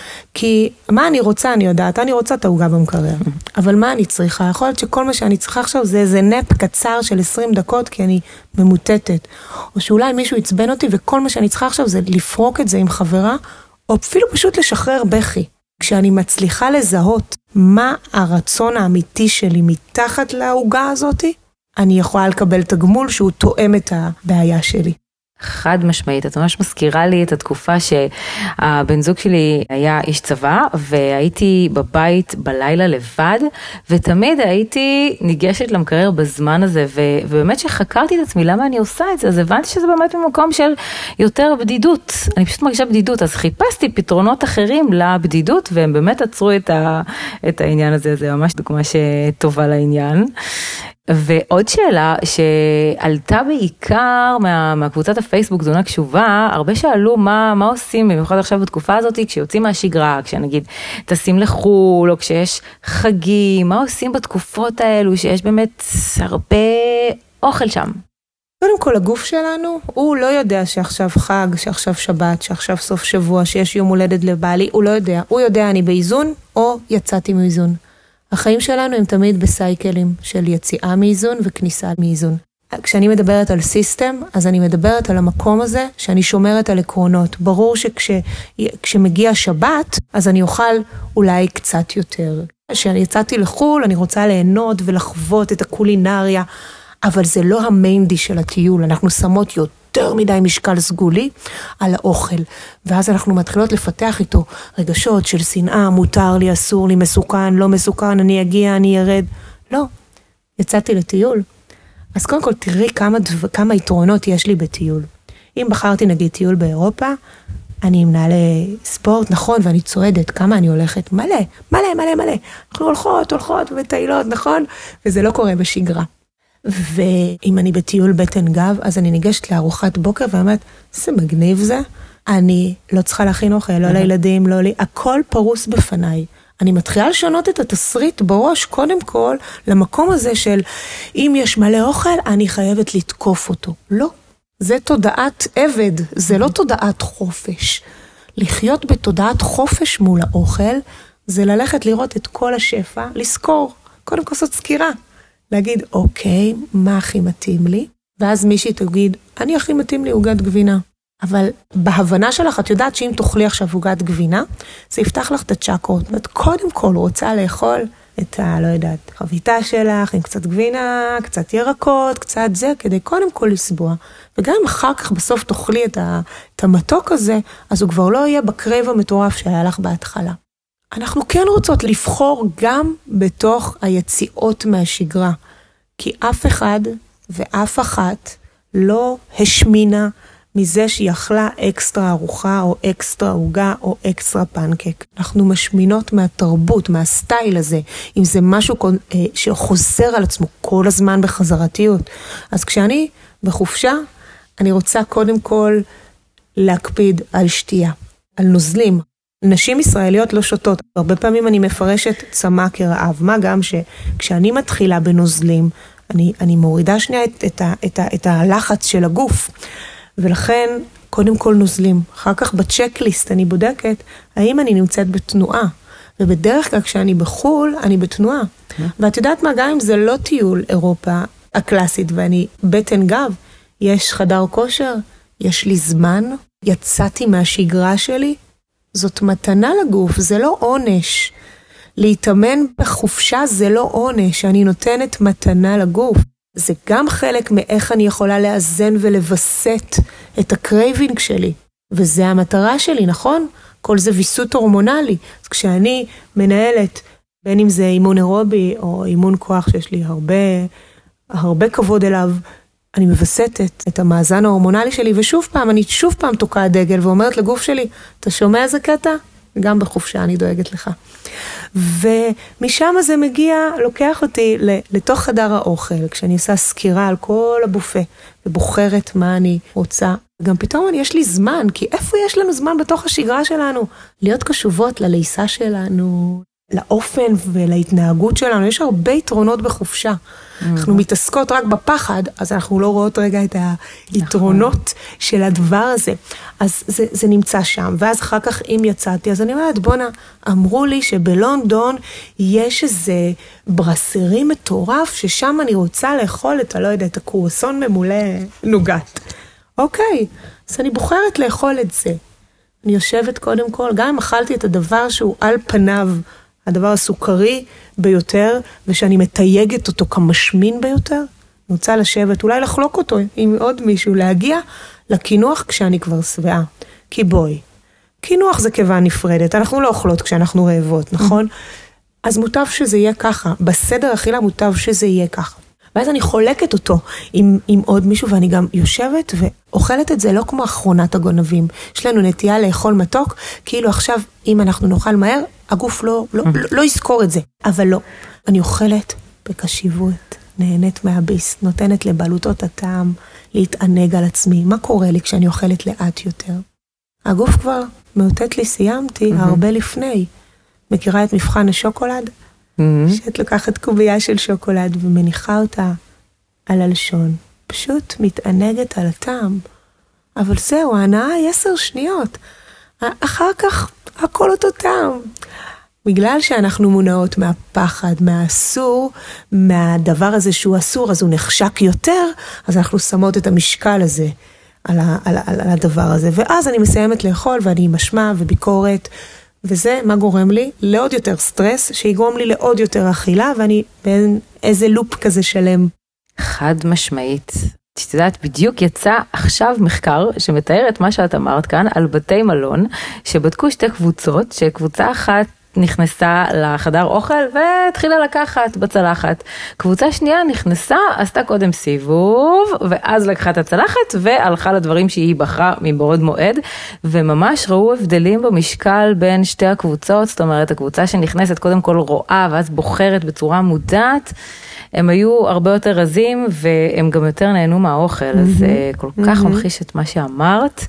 כי מה אני רוצה, אני יודעת, אני רוצה את העוגה במקרר. אבל מה אני צריכה? יכול להיות שכל מה שאני צריכה עכשיו זה איזה נפ קצר של 20 דקות, כי אני ממוטטת. או שאולי מישהו יצבן אותי, וכל מה שאני צריכה עכשיו זה לפרוק את זה עם חברה, או אפילו פשוט לשחרר בכי. כשאני מצליחה לזהות מה הרצון האמיתי שלי מתחת לעוגה הזאת, אני יכולה לקבל תגמול שהוא תואם את הבעיה שלי. חד משמעית, את ממש מזכירה לי את התקופה שהבן זוג שלי היה איש צבא, והייתי בבית בלילה לבד, ותמיד הייתי ניגשת למקרר בזמן הזה, ובאמת שחקרתי את עצמי למה אני עושה את זה, אז הבנתי שזה באמת במקום של יותר בדידות, אני פשוט מרגישה בדידות, אז חיפשתי פתרונות אחרים לבדידות, והם באמת עצרו את העניין הזה, זה ממש דוגמה שטובה לעניין. ועוד שאלה שעלתה בעיקר מהקבוצת הפייסבוק תזונה קשובה, הרבה שאלו מה עושים במיוחד עכשיו בתקופה הזאת כשיוצאים מהשגרה, כשנגיד טסים לחול או כשיש חגים, מה עושים בתקופות האלו שיש באמת הרבה אוכל שם? קודם כל הגוף שלנו הוא לא יודע שעכשיו חג, שעכשיו שבת, שעכשיו סוף שבוע, שיש יום הולדת לבעלי, הוא לא יודע, הוא יודע אני באיזון או יצאתי מאיזון. החיים שלנו הם תמיד בסייקלים של יציאה מאיזון וכניסה מאיזון. כשאני מדברת על סיסטם, אז אני מדברת על המקום הזה שאני שומרת על עקרונות. ברור שכשמגיע שבת, אז אני אוכל אולי קצת יותר. כשאני יצאתי לחול, אני רוצה ליהנות ולחוות את הקולינריה, אבל זה לא המיין דיש של הטיול. אנחנו שמות יותר מדי משקל סגולי על האוכל, ואז אנחנו מתחילות לפתח איתו רגשות של שנאה, מותר לי, אסור לי, מסוכן, לא מסוכן, אני אגיע, אני ירד. לא, יצאתי לטיול. אז קודם כל תראי כמה יתרונות יש לי בטיול. אם בחרתי נגיד טיול באירופה, אני מנהלה ספורט, נכון, ואני צועדת, כמה אני הולכת? מלא, מלא, מלא, מלא. אנחנו הולכות וטיילות, נכון? וזה לא קורה בשגרה. ואם אני בטיול בטן גב, אז אני ניגשת לארוחת בוקר ואומרת, זה מגניב זה, אני לא צריכה להכין אוכל, לא לילדים, לא לי, הכל פרוס בפניי. אני מתחילה לשנות את התסריט בראש, קודם כל, למקום הזה של, אם יש מלא אוכל, אני חייבת לתקוף אותו. לא, זה תודעת עבד, זה לא תודעת חופש. לחיות בתודעת חופש מול האוכל, זה ללכת לראות את כל השפע, לזכור, קודם כל זאת סקירה. להגיד, אוקיי, מה הכי מתאים לי? ואז מישהי תגיד, אני הכי מתאים לי עוגת גבינה. אבל בהבנה שלך, את יודעת שאם תאכלי עכשיו עוגת גבינה, זה יפתח לך את הצ'קרות. ואת קודם כל רוצה לאכול את לא יודעת, חביתה שלך, עם קצת גבינה, קצת ירקות, קצת זה, כדי קודם כל לסבוע. וגם אם אחר כך בסוף תאכלי את המתוק הזה, אז הוא כבר לא יהיה בקרב המטורף שהיה לך בהתחלה. אנחנו כן רוצות לבחור גם בתוך היציאות מהשגרה, כי אף אחד ואף אחת לא השמינה מזה שהיא אכלה אקסטרה ארוחה או אקסטרה עוגה או אקסטרה פנקק. אנחנו משמינות מהתרבות, מהסטייל הזה, אם זה משהו שחוזר על עצמו כל הזמן בחזרתיות. אז כשאני בחופשה, אני רוצה קודם כל להקפיד על שתייה, על נוזלים. נשים ישראליות לא שותות, הרבה פעמים אני מפרשת צמא כרעב, מה גם שכשאני מתחילה בנוזלים, אני מורידה שנייה את הלחץ של הגוף, ולכן קודם כל נוזלים, אחר כך בצ'קליסט אני בודקת, האם אני נמצאת בתנועה, ובדרך כלל כשאני בחול, אני בתנועה. ואת יודעת מה, גם אם זה לא טיול אירופה הקלאסית, ואני בטן גב, יש חדר כושר, יש לי זמן, יצאתי מהשגרה שלי, זאת מתנה לגוף, זה לא עונש. להתאמן בחופשה זה לא עונש, אני נותנת מתנה לגוף. זה גם חלק מאיך אני יכולה לאזן ולבסט את הקרייבינג שלי. וזה המטרה שלי, נכון? כל זה ויסות הורמונלי. אז כשאני מנהלת, בין אם זה אימון אירובי או אימון כוח שיש לי הרבה כבוד אליו, אני מבסטת את המאזן ההורמונלי שלי, ושוב פעם, אני שוב פעם תוקע דגל ואומרת לגוף שלי, אתה שומע איזה קטע? גם בחופשה אני דואגת לך. ומשם זה מגיע, לוקח אותי לתוך חדר האוכל, כשאני עושה סקירה על כל הבופה, ובוחרת מה אני רוצה. גם פתאום יש לי זמן, כי איפה יש לנו זמן בתוך השגרה שלנו? להיות קשובות ללעיסה שלנו, לאופן ולהתנהגות שלנו. יש הרבה יתרונות בחופשה. אנחנו מתעסקות רק בפחד, אז אנחנו לא רואות רגע את היתרונות של הדבר הזה. אז זה נמצא שם. ואז אחר כך אם יצאתי, אז אני אומרת, בונה, אמרו לי שבלונדון יש איזה ברסרי מטורף, ששם אני רוצה לאכול את, לא יודע, את הקרואסון ממולא נוגת. אוקיי, אז אני בוחרת לאכול את זה. אני יושבת קודם כל, גם אם אכלתי את הדבר שהוא על פניו, הדבר הסוכרי ביותר, ושאני מתייגת אותו כמשמין ביותר, אני רוצה לשבת, אולי לחלוק אותו עם עוד מישהו, להגיע לקינוח כשאני כבר שבעה. כי בואי, קינוח זה כיוון נפרדת, אנחנו לא אוכלות כשאנחנו רעבות, נכון? אז מוטב שזה יהיה ככה, בסדר אכילה מוטב שזה יהיה ככה. ואז אני חולקת אותו עם עוד מישהו, ואני גם יושבת ואוכלת את זה לא כמו אחרונת הגונבים. יש לנו נטייה לאכול מתוק, כאילו עכשיו אם אנחנו נאכל מהר, הגוף לא יזכור את זה. אבל לא, אני אוכלת בקשיבות, נהנית מהביס, נותנת לבעלותות הטעם, להתענג על עצמי. מה קורה לי כשאני אוכלת לאט יותר? הגוף כבר מאותת לי, סיימתי הרבה לפני. מכירה את מבחן השוקולד? שאת לוקחת קובייה של שוקולד ומניחה אותה על הלשון. פשוט מתענגת על הטעם. אבל זהו, ההנאה היא 10 שניות. אחר כך הכל אותו טעם. בגלל שאנחנו מונעות מהפחד, מהאסור, מהדבר הזה שהוא אסור, אז הוא נחשק יותר, אז אנחנו שמות את המשקל הזה על הדבר הזה. ואז אני מסיימת לאכול ואני משמע וביקורת, וזה מה גורם לי? לעוד יותר סטרס, שיגרום לי לעוד יותר אכילה, ואני בין איזה לופ כזה שלם. חד משמעית. את יודעת, בדיוק יצא עכשיו מחקר שמתאר את מה שאת אמרת כאן על בתי מלון, שבדקו 2 קבוצות, שקבוצה אחת נכנסה לחדר אוכל והתחילה לקחת בצלחת. קבוצה שנייה נכנסה, עשתה קודם סיבוב, ואז לקחה את הצלחת והלכה לדברים שהיא בחרה מבעוד מועד, וממש ראו הבדלים במשקל בין 2 הקבוצות, זאת אומרת, הקבוצה שנכנסת קודם כל רואה ואז בוחרת בצורה מודעת, הם היו הרבה יותר רזים והם גם יותר נהנו מהאוכל, אז כל כך ממחיש את מה שאמרת.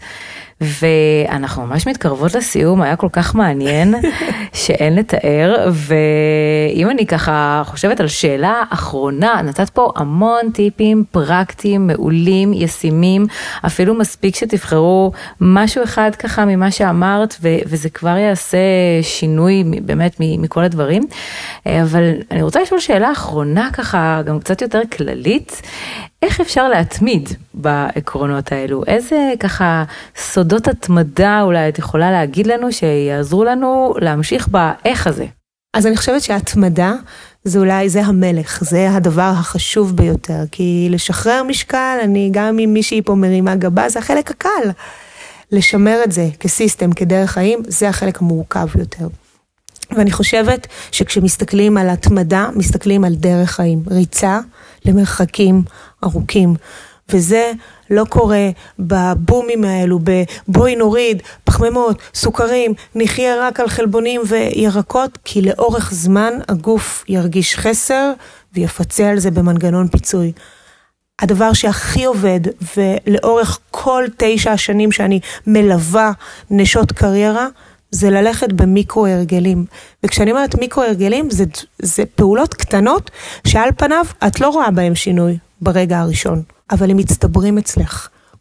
ואנחנו ממש מתקרבות לסיום, היה כל כך מעניין שאין לתאר, ואם אני ככה חושבת על שאלה אחרונה, נתת פה המון טיפים פרקטיים, מעולים, ישימים, אפילו מספיק שתבחרו משהו אחד ככה ממה שאמרת, וזה כבר יעשה שינוי באמת מכל הדברים, אבל אני רוצה לשאול שאלה אחרונה ככה, גם קצת יותר כללית, איך אפשר להתמיד בעקרונות האלו? איזה ככה סודות התמדה אולי את יכולה להגיד לנו שיעזרו לנו להמשיך באיך הזה? אז אני חושבת שההתמדה זה אולי, זה המלך, זה הדבר החשוב ביותר, כי לשחרר משקל, גם אם מישהי פה מרימה גבה, זה החלק הקל. לשמר את זה כסיסטם, כדרך חיים, זה החלק המורכב יותר. ואני חושבת שכשמסתכלים על התמדה, מסתכלים על דרך חיים, ריצה למרחקים ארוכים, וזה לא קורה בבומים האלו, בבואי נוריד, פחמימות, סוכרים, נחיה רק על חלבונים וירקות, כי לאורך זמן הגוף ירגיש חסר ויפצה על זה במנגנון פיצוי. הדבר שהכי עובד, ולאורך כל 9 השנים שאני מלווה נשות קריירה, זה ללכת במיקרו הרגלים. וכשאני אומרת מיקרו הרגלים, זה פעולות קטנות שעל פניו את לא רואה בהם שינוי ברגע הראשון, אבל הם מצטברים אצלך.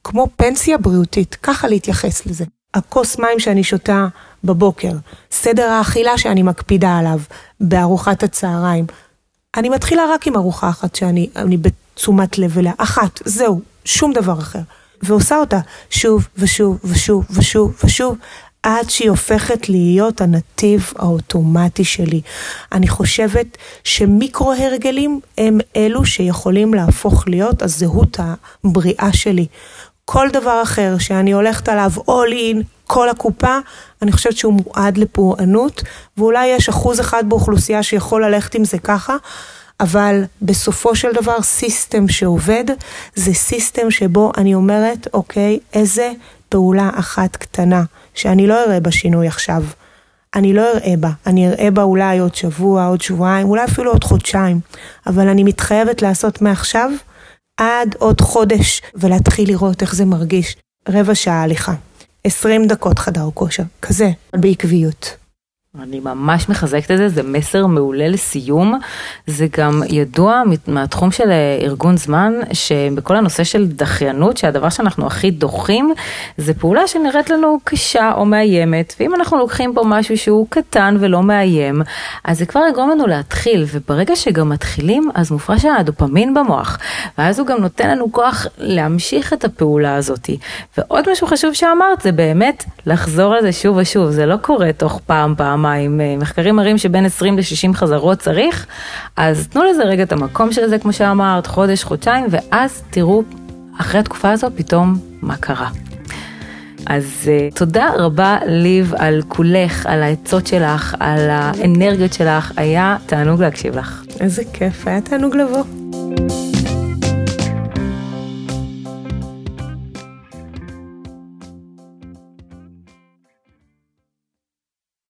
כמו פנסיה בריאותית, ככה להתייחס לזה. הכוס מים שאני שותה בבוקר, סדר האכילה שאני מקפידה עליו בארוחת הצהריים. אני מתחילה רק עם ארוחה אחת שאני בתשומת לב אליה, אחת, זהו, שום דבר אחר. ועושה אותה שוב ושוב ושוב ושוב ושוב, עד שהיא הופכת להיות הנתיב האוטומטי שלי. אני חושבת שמיקרו הרגלים הם אלו שיכולים להפוך להיות הזהות הבריאה שלי. כל דבר אחר שאני הולכת עליו all in, כל הקופה, אני חושבת שהוא מועד לפורענות, ואולי יש 1% באוכלוסייה שיכול ללכת עם זה ככה, אבל בסופו של דבר סיסטם שעובד, זה סיסטם שבו אני אומרת, אוקיי, איזה פעולה אחת קטנה, שאני לא אראה בה שינוי עכשיו. אני לא אראה בה, אני אראה בה אולי עוד שבוע, עוד שבועיים, אולי אפילו עוד חודשיים, אבל אני מתחייבת לעשות מעכשיו, עד עוד חודש, ולהתחיל לראות איך זה מרגיש. 15 שעה הליכה, 20 דקות חדר כושר, כזה, בעקביות. אני ממש מחזקת את זה, זה מסר מעולה לסיום, זה גם ידוע מהתחום של ארגון זמן, שבכל הנושא של דחיינות, שהדבר שאנחנו הכי דוחים, זה פעולה שנראית לנו קשה או מאיימת, ואם אנחנו לוקחים פה משהו שהוא קטן ולא מאיים, אז זה כבר יגרום לנו להתחיל, וברגע שגם מתחילים, אז מופרש הדופמין במוח, ואז הוא גם נותן לנו כוח להמשיך את הפעולה הזאת. ועוד משהו חשוב שאמרת, זה באמת לחזור לזה שוב ושוב, זה לא קורה תוך פעם, מחקרים מראים שבין 20 ל-60 חזרות צריך, אז תנו לזה רגע את המקום של זה, כמו שאמרת, חודש, חודשיים, ואז תראו אחרי התקופה הזו פתאום מה קרה. אז תודה רבה ליב על כולך, על העצות שלך, על האנרגיות שלך, היה תענוג להקשיב לך. איזה כיף, היה תענוג לבוא.